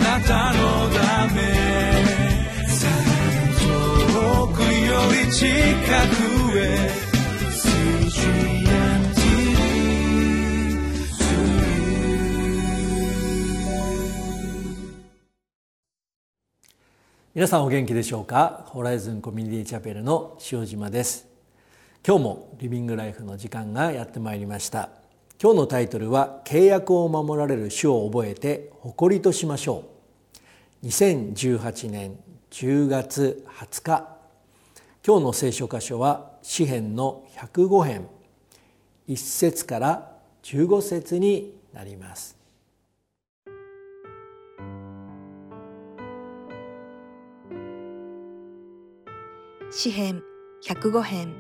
なたのため遠くより近くへ皆さんお元気でしょうか。ホライズンコミュニティチャペルの塩島です。今日もリビングライフの時間がやってまいりました。今日のタイトルは契約を守られる主を覚えて誇りとしましょう。2018年10月20日、今日の聖書箇所は詩編の105編1節から15節になります。 詩編105編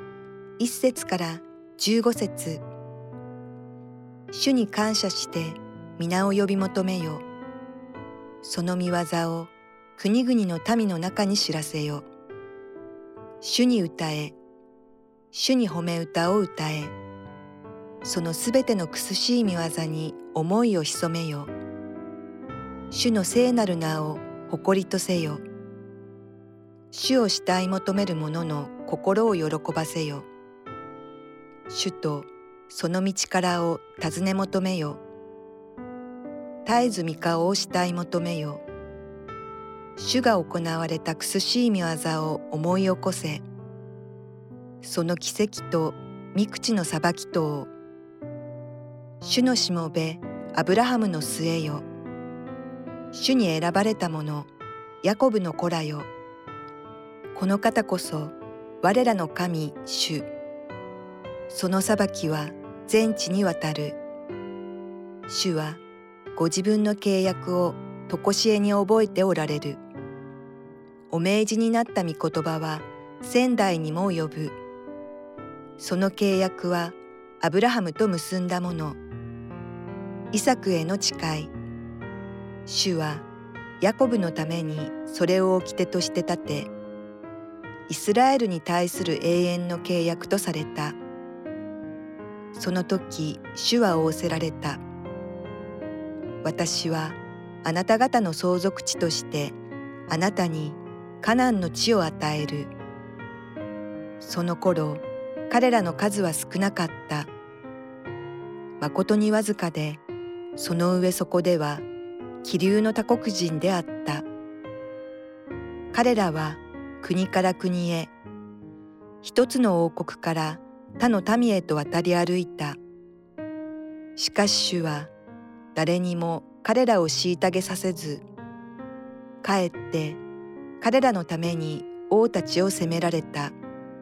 1節から15節。主に感謝して皆を呼び求めよ。その御業を国々の民の中に知らせよ。主に歌え、主に褒め歌を歌え。そのすべての苦しい御業に思いを潜めよ。主の聖なる名を誇りとせよ。主を慕い求める者の心を喜ばせよ。主とその道からを尋ね求めよ。絶えず御顔を慕い求めよ。主が行われた苦しい御業を思い起こせ。その奇跡と御口の裁きとを。主のしもべアブラハムの末よ。主に選ばれた者ヤコブの子らよ。この方こそ我らの神主。その裁きは全地にわたる。主はご自分の契約を常しえに覚えておられる。お命じになった御言葉は千代にも及ぶ。その契約はアブラハムと結んだもの。イサクへの誓い。主はヤコブのためにそれを掟として立て、イスラエルに対する永遠の契約とされた。その時、主は仰せられた。私はあなた方の相続地としてあなたにカナンの地を与える。その頃、彼らの数は少なかった。まことにわずかで、その上そこでは気流の他国人であった。彼らは国から国へ、一つの王国から他の民へと渡り歩いた。しかし主は誰にも彼らを虐げさせず、かえって彼らのために王たちを責められた。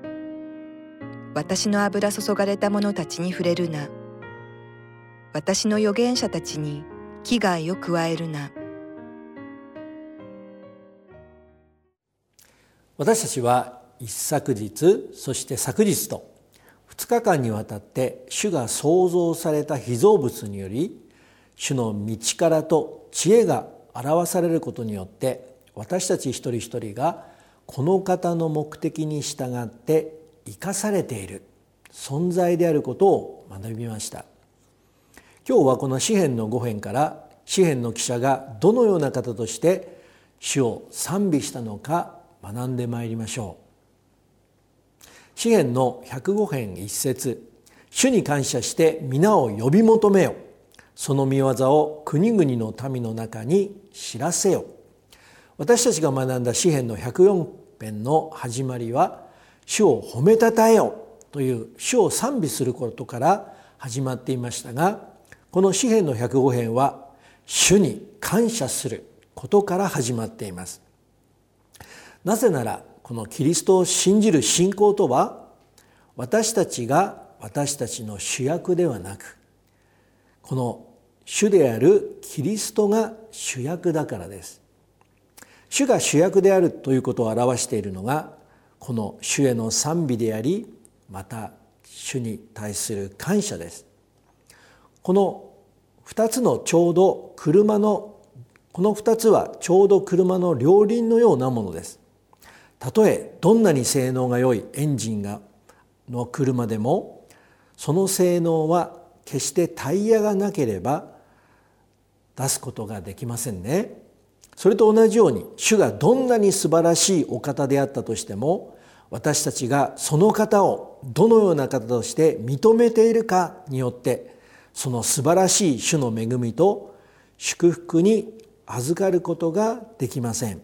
私の油注がれた者たちに触れるな。私の預言者たちに危害を加えるな。 私たちは一昨日、そして昨日と2日間にわたって主が創造された被造物により主の道からと知恵が表されることによって私たち一人一人がこの方の目的に従って生かされている存在であることを学びました。今日はこの詩編の5編から詩編の記者がどのような方として主を賛美したのか学んでまいりましょう。詩編の105編1節、主に感謝して皆を呼び求めよ。その御業を国々の民の中に知らせよ。私たちが学んだ詩編の104編の始まりは、主を褒めたたえよという主を賛美することから始まっていましたが、この詩編の105編は主に感謝することから始まっています。なぜならこのキリストを信じる信仰とは、私たちが私たちの主役ではなく、この主であるキリストが主役だからです。主が主役であるということを表しているのがこの主への賛美であり、また主に対する感謝です。この2つのちょうどこの2つはちょうど車の両輪のようなものです。たとえどんなに性能が良いエンジンの車でも、その性能は決してタイヤがなければ出すことができませんね。 それと同じように、主がどんなに素晴らしいお方であったとしても、私たちがその方をどのような方として認めているかによって、その素晴らしい主の恵みと祝福に預かることができません。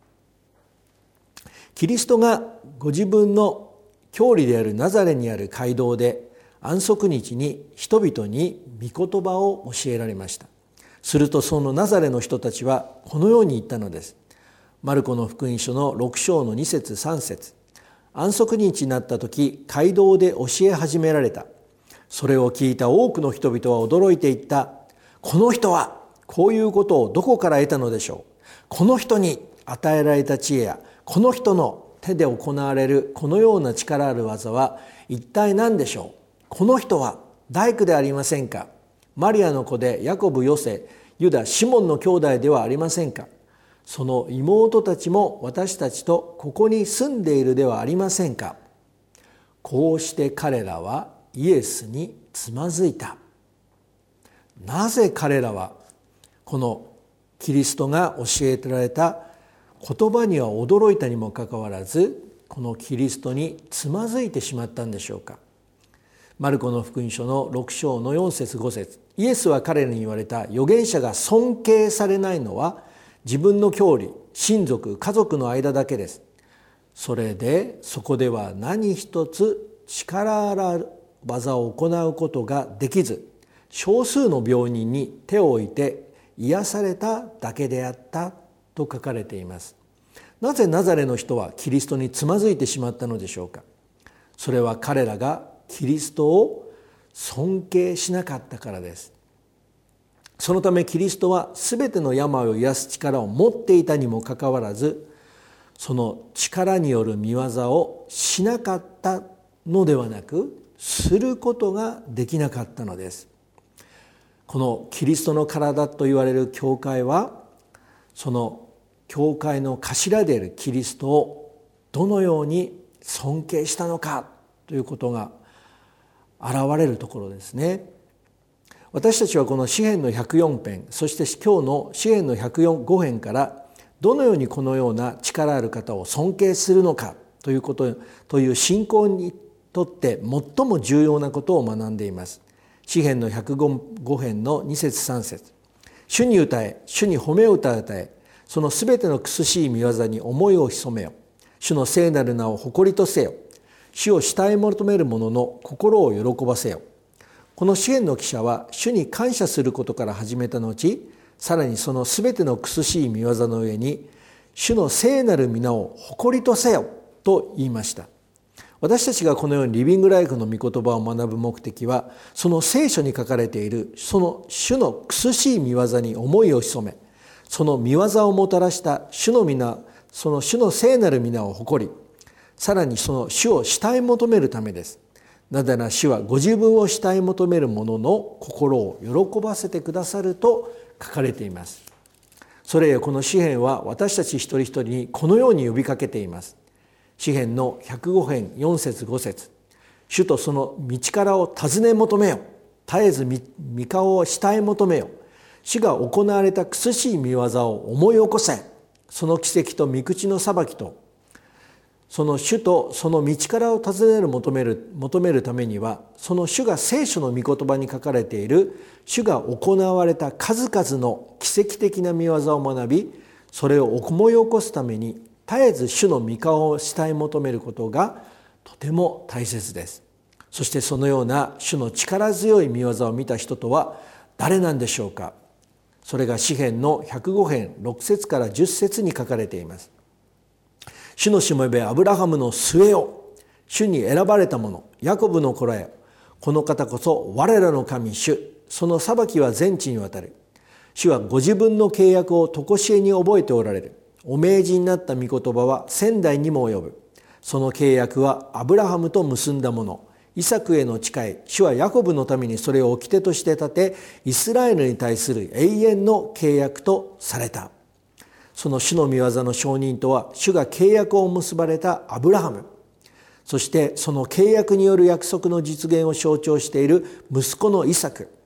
キリストがご自分の郷里であるナザレにある街道で安息日に人々に御言葉を教えられました。するとそのナザレの人たちはこのように言ったのです。マルコの福音書の6章の2節3節。安息日になった時、街道で教え始められた。それを聞いた多くの人々は驚いていった。この人はこういうことをどこから得たのでしょう。この人に与えられた知恵や、この人の手で行われるこのような力ある技は一体何でしょう。この人は大工でありませんか。マリアの子でヤコブ、ヨセ、ユダ、シモンの兄弟ではありませんか。その妹たちも私たちとここに住んでいるではありませんか。こうして彼らはイエスにつまずいた。なぜ彼らはこのキリストが教えられた言葉には驚いたにもかかわらず、このキリストにつまずいてしまったんでしょうか。マルコの福音書の6章の4節5節。イエスは彼らに言われた。預言者が尊敬されないのは自分の郷里、親族、家族の間だけです。それでそこでは何一つ力ある技を行うことができず、少数の病人に手を置いて癒されただけであったと書かれています。なぜナザレの人はキリストにつまずいてしまったのでしょうか。それは彼らがキリストを尊敬しなかったからです。そのためキリストはすべての病を癒す力を持っていたにもかかわらず、その力による御業をしなかったのではなく、することができなかったのです。このキリストの体と言われる教会は、その教会の頭であるキリストをどのように尊敬したのかということが現れるところですね。私たちはこの詩編の104編、そして今日の詩編の105編からどのようにこのような力ある方を尊敬するのかという信仰にとって最も重要なことを学んでいます。詩編の105編の2節3節。主に歌え、主に褒め歌を歌え、そのすべての苦しい御業に思いを潜めよ。主の聖なる名を誇りとせよ。主を慕い求める者の心を喜ばせよ。この詩篇の記者は主に感謝することから始めた後、さらにそのすべての苦しい御業の上に主の聖なる皆を誇りとせよと言いました。私たちがこのようにリビングライフの御言葉を学ぶ目的は、その聖書に書かれているその主の苦しい御業に思いを潜め、その御業をもたらした主の皆、その主の聖なる皆を誇り、さらにその主を慕い求めるためです。なぜなら主はご自分を慕い求める者の心を喜ばせてくださると書かれています。それゆえこの詩編は私たち一人一人にこのように呼びかけています。詩編の105編4節5節。主とその道からを尋ね求めよ。絶えず御顔を慕い求めよ。主が行われた苦しい御業を思い起こせ。その奇跡と御口の裁きと、その主とその道からを尋ねる求めるためには、その主が聖書の御言葉に書かれている主が行われた数々の奇跡的な御業を学び、それを思い起こすために絶えず主の御顔を慕い求めることがとても大切です。そしてそのような主の力強い御業を見た人とは誰なんでしょうか。それが詩編の105編6節から10節に書かれています。主のしもべアブラハムの末よ、主に選ばれた者、ヤコブの子らよ、この方こそ我らの神主、その裁きは全地にわたる。主はご自分の契約を常しえに覚えておられる。お命じになった御言葉は千代にも及ぶ。その契約はアブラハムと結んだもの。イサクへの誓い、主はヤコブのためにそれを掟として立て、イスラエルに対する永遠の契約とされた。その主の御業の証人とは、主が契約を結ばれたアブラハム、そしてその契約による約束の実現を象徴している息子のイサク、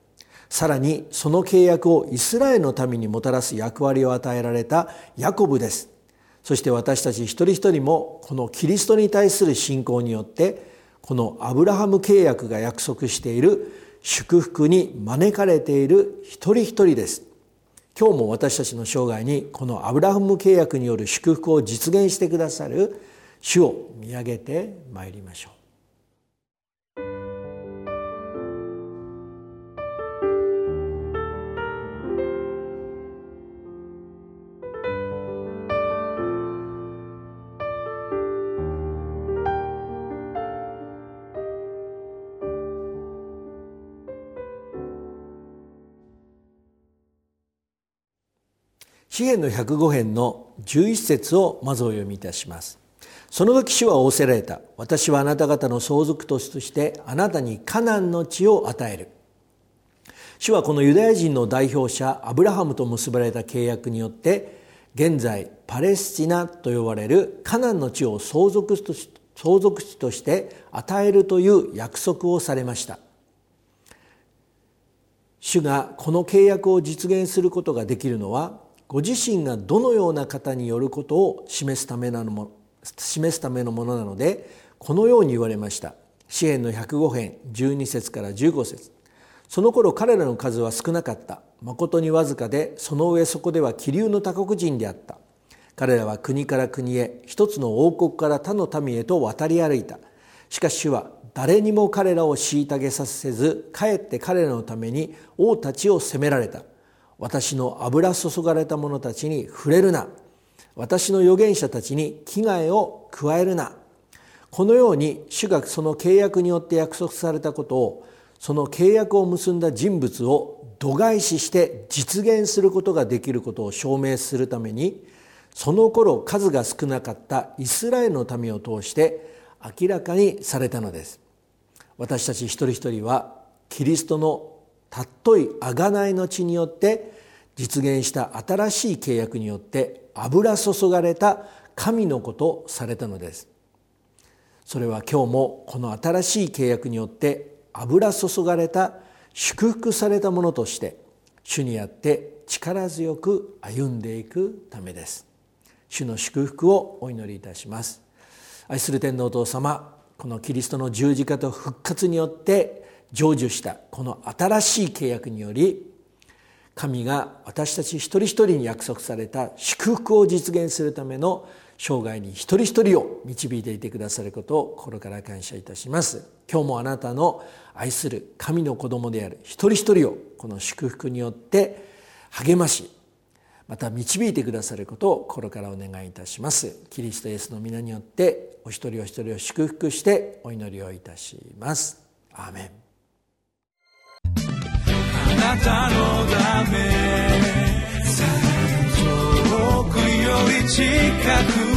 さらにその契約をイスラエルの民にもたらす役割を与えられたヤコブです。そして私たち一人一人もこのキリストに対する信仰によってこのアブラハム契約が約束している祝福に招かれている一人一人です。今日も私たちの生涯にこのアブラハム契約による祝福を実現してくださる主を見上げてまいりましょう。詩編の105編の11節をまずお読みいたします。その時主は仰せられた。私はあなた方の相続としてあなたにカナンの地を与える。主はこのユダヤ人の代表者アブラハムと結ばれた契約によって現在パレスチナと呼ばれるカナンの地を相続地として与えるという約束をされました。主がこの契約を実現することができるのはご自身がどのような方によることを示すためのものなので、このように言われました。詩編の105編12節から15節。その頃彼らの数は少なかった。誠にわずかで、その上そこでは気流の他国人であった。彼らは国から国へ、一つの王国から他の民へと渡り歩いた。しかし主は誰にも彼らを虐げさせず、かえって彼らのために王たちを責められた。私の油注がれた者たちに触れるな。私の預言者たちに危害を加えるな。このように主がその契約によって約束されたことを、その契約を結んだ人物を度外視して実現することができることを証明するために、その頃数が少なかったイスラエルの民を通して明らかにされたのです。私たち一人一人はキリストの尊い贖いの血によって実現した新しい契約によって油注がれた神の子とされたのです。それは今日もこの新しい契約によって油注がれた祝福されたものとして主にあって力強く歩んでいくためです。主の祝福をお祈りいたします。愛する天のお父様、このキリストの十字架と復活によって成就したこの新しい契約により、神が私たち一人一人に約束された祝福を実現するための生涯に一人一人を導いていてくださることを心から感謝いたします。今日もあなたの愛する神の子供である一人一人をこの祝福によって励まし、また導いてくださることを心からお願いいたします。キリストイエスの皆によってお一人お一人を祝福してお祈りをいたします。アーメン。 あなたのため遠くより近く